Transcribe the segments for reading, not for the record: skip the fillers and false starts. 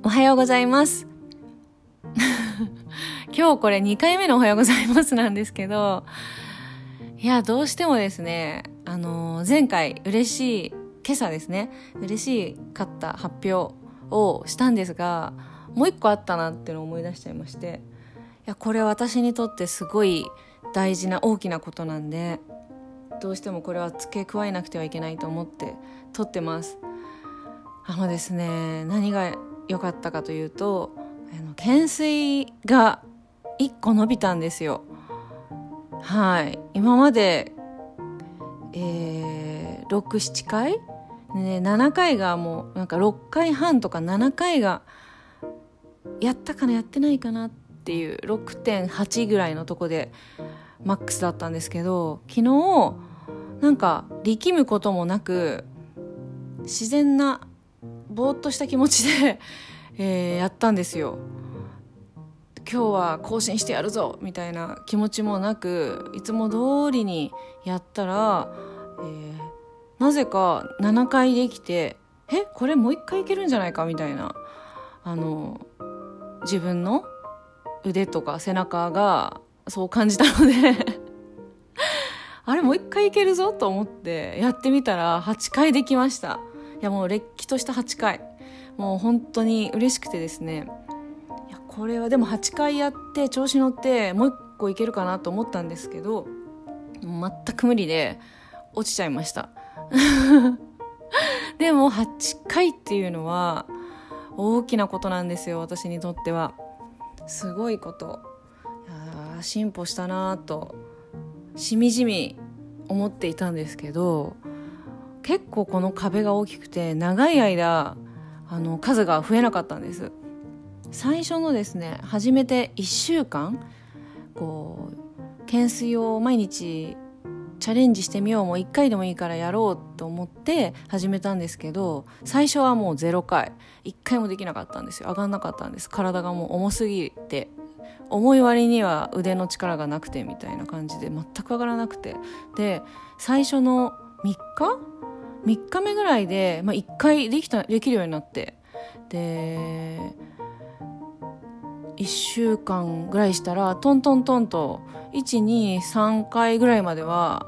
おはようございます今日これ2回目のおはようございますなんですけど、いやどうしてもですね、前回今朝ですね、嬉しかった発表をしたんですが、もう一個あったなっていうのを思い出しちゃいまして、いやこれ私にとってすごい大事な大きなことなんで、どうしてもこれは付け加えなくてはいけないと思って撮ってます。ですね、何が良かったかというと、懸垂が1個伸びたんですよ。はい、今まで、6、7回、7回がもうなんか6回半とか7回がやったかなやってないかなっていう 6.8 ぐらいのとこでマックスだったんですけど、昨日なんか力むこともなく自然なぼーっとした気持ちで、やったんですよ。今日は更新してやるぞみたいな気持ちもなく、いつも通りにやったら、なぜか7回できて、これもう1回いけるんじゃないかみたいな、自分の腕とか背中がそう感じたのであれもう1回いけるぞと思ってやってみたら8回できました。いやもうれっきとした8回、もう本当に嬉しくてですね、いやこれはでも8回やって調子乗ってもう1個いけるかなと思ったんですけど、全く無理で落ちちゃいましたでも8回っていうのは大きなことなんですよ、私にとっては。すごいこと。いや進歩したなとしみじみ思っていたんですけど、結構この壁が大きくて長い間数が増えなかったんです。最初のですね、始めて1週間懸垂を毎日チャレンジしてみよう、もう1回でもいいからやろうと思って始めたんですけど、最初はもう0回1回もできなかったんですよ。上がんなかったんです。体がもう重すぎて、重い割には腕の力がなくてみたいな感じで全く上がらなくて、で最初の3日目ぐらいで、1回できるようになって、で1週間ぐらいしたらトントントンと 1,2,3 回ぐらいまでは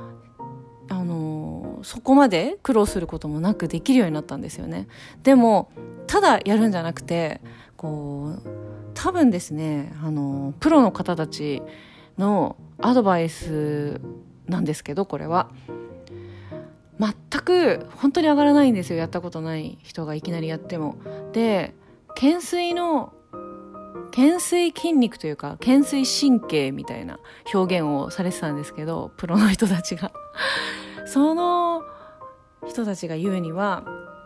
そこまで苦労することもなくできるようになったんですよね。でもただやるんじゃなくて、多分ですね、プロの方たちのアドバイスなんですけど、これは全く本当に上がらないんですよ、やったことない人がいきなりやっても。で懸垂筋肉というか懸垂神経みたいな表現をされてたんですけど、プロの人たちがその人たちが言うには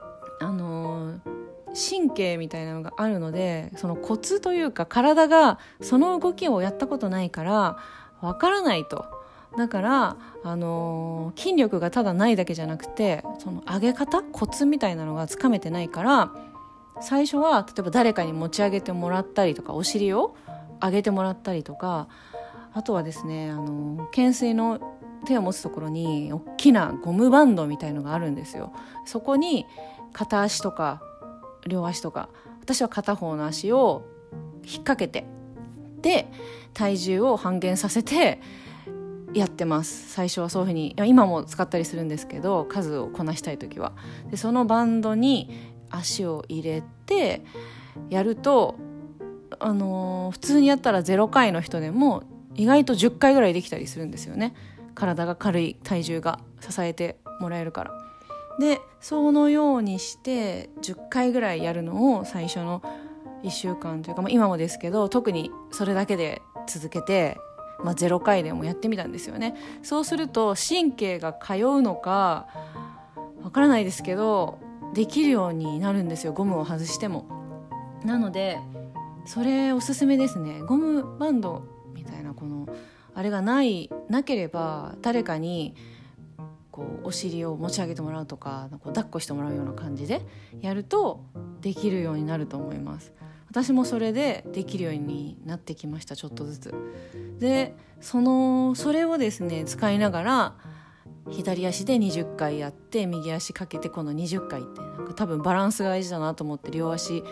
神経みたいなのがあるので、そのコツというか体がその動きをやったことないからわからないと。だから筋力がただないだけじゃなくて、その上げ方コツみたいなのがつかめてないから、最初は例えば誰かに持ち上げてもらったりとか、お尻を上げてもらったりとか、あとはですね、懸垂の手を持つところに大きなゴムバンドみたいのがあるんですよ。そこに片足とか両足とか、私は片方の足を引っ掛けて、で体重を半減させてやってます。最初はそういうふうに、今も使ったりするんですけど、数をこなしたいときは。でそのバンドに足を入れてやると、普通にやったら0回の人でも意外と10回ぐらいできたりするんですよね。体が軽い、体重が支えてもらえるから。でそのようにして10回ぐらいやるのを最初の1週間というか、今もですけど、特にそれだけで続けて、0回でもやってみたんですよね。そうすると神経が通うのかわからないですけど、できるようになるんですよ、ゴムを外しても。なのでそれおすすめですね。ゴムバンドみたいなあれがなければ、誰かにお尻を持ち上げてもらうとか、抱っこしてもらうような感じでやるとできるようになると思います。私もそれでできるようになってきました、ちょっとずつ。でそれをですね使いながら、左足で20回やって右足かけてこの20回って、多分バランスが大事だなと思って、両足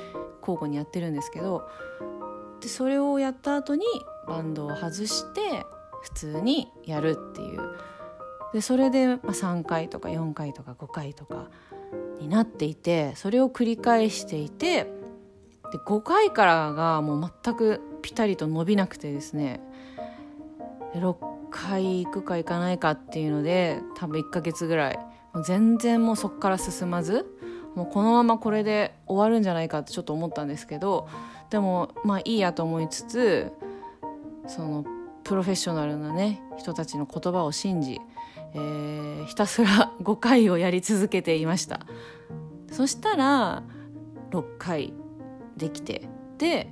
交互にやってるんですけど、でそれをやった後にバンドを外して普通にやるっていう、でそれで3回とか4回とか5回とかになっていて、それを繰り返していて、で5回からがもう全くピタリと伸びなくてですね、で6回行くか行かないかっていうので多分1ヶ月ぐらいもう全然もうそっから進まず、もうこのままこれで終わるんじゃないかってちょっと思ったんですけど、でもいいやと思いつつ、そのプロフェッショナルなね人たちの言葉を信じ、ひたすら5回をやり続けていました。そしたら6回できて、で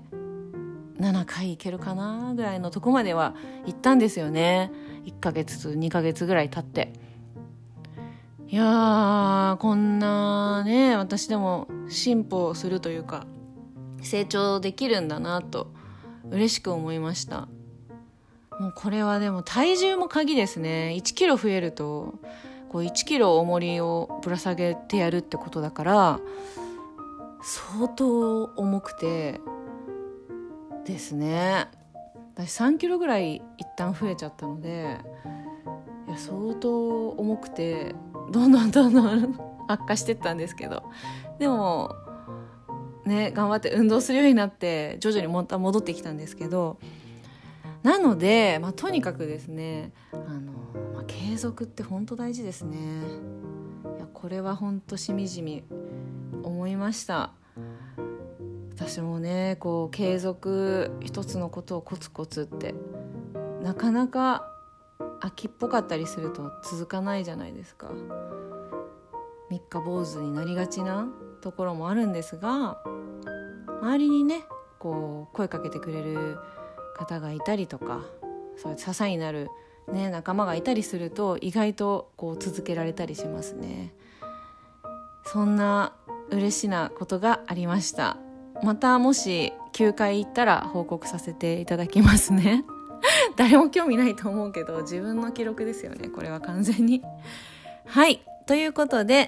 7回いけるかなぐらいのとこまでは行ったんですよね。1ヶ月2ヶ月ぐらい経って、いやーこんなね私でも進歩するというか成長できるんだなと嬉しく思いました。もうこれはでも体重も鍵ですね。1キロ増えるとこう1キロ重りをぶら下げてやるってことだから相当重くてですね。私3キロぐらい一旦増えちゃったので、いや相当重くてどんどん悪化してったんですけど、でもね頑張って運動するようになって徐々にまた戻ってきたんですけど、なので、とにかくですね継続って本当大事ですね。いやこれは本当しみじみ思いました。私もねこう継続一つのことをコツコツってなかなか秋っぽかったりすると続かないじゃないですか。三日坊主になりがちなところもあるんですが、周りにねこう声かけてくれる方がいたりとか、そういう支えになる、仲間がいたりすると意外とこう続けられたりしますね。そんな嬉しなことがありました。またもし9回行ったら報告させていただきますね誰も興味ないと思うけど自分の記録ですよね、これは完全に。はい、ということで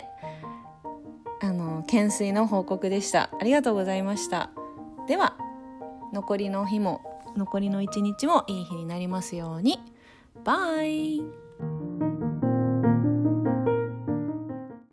懸垂の報告でした。ありがとうございました。では残りの日も残りの一日もいい日になりますように。バイ。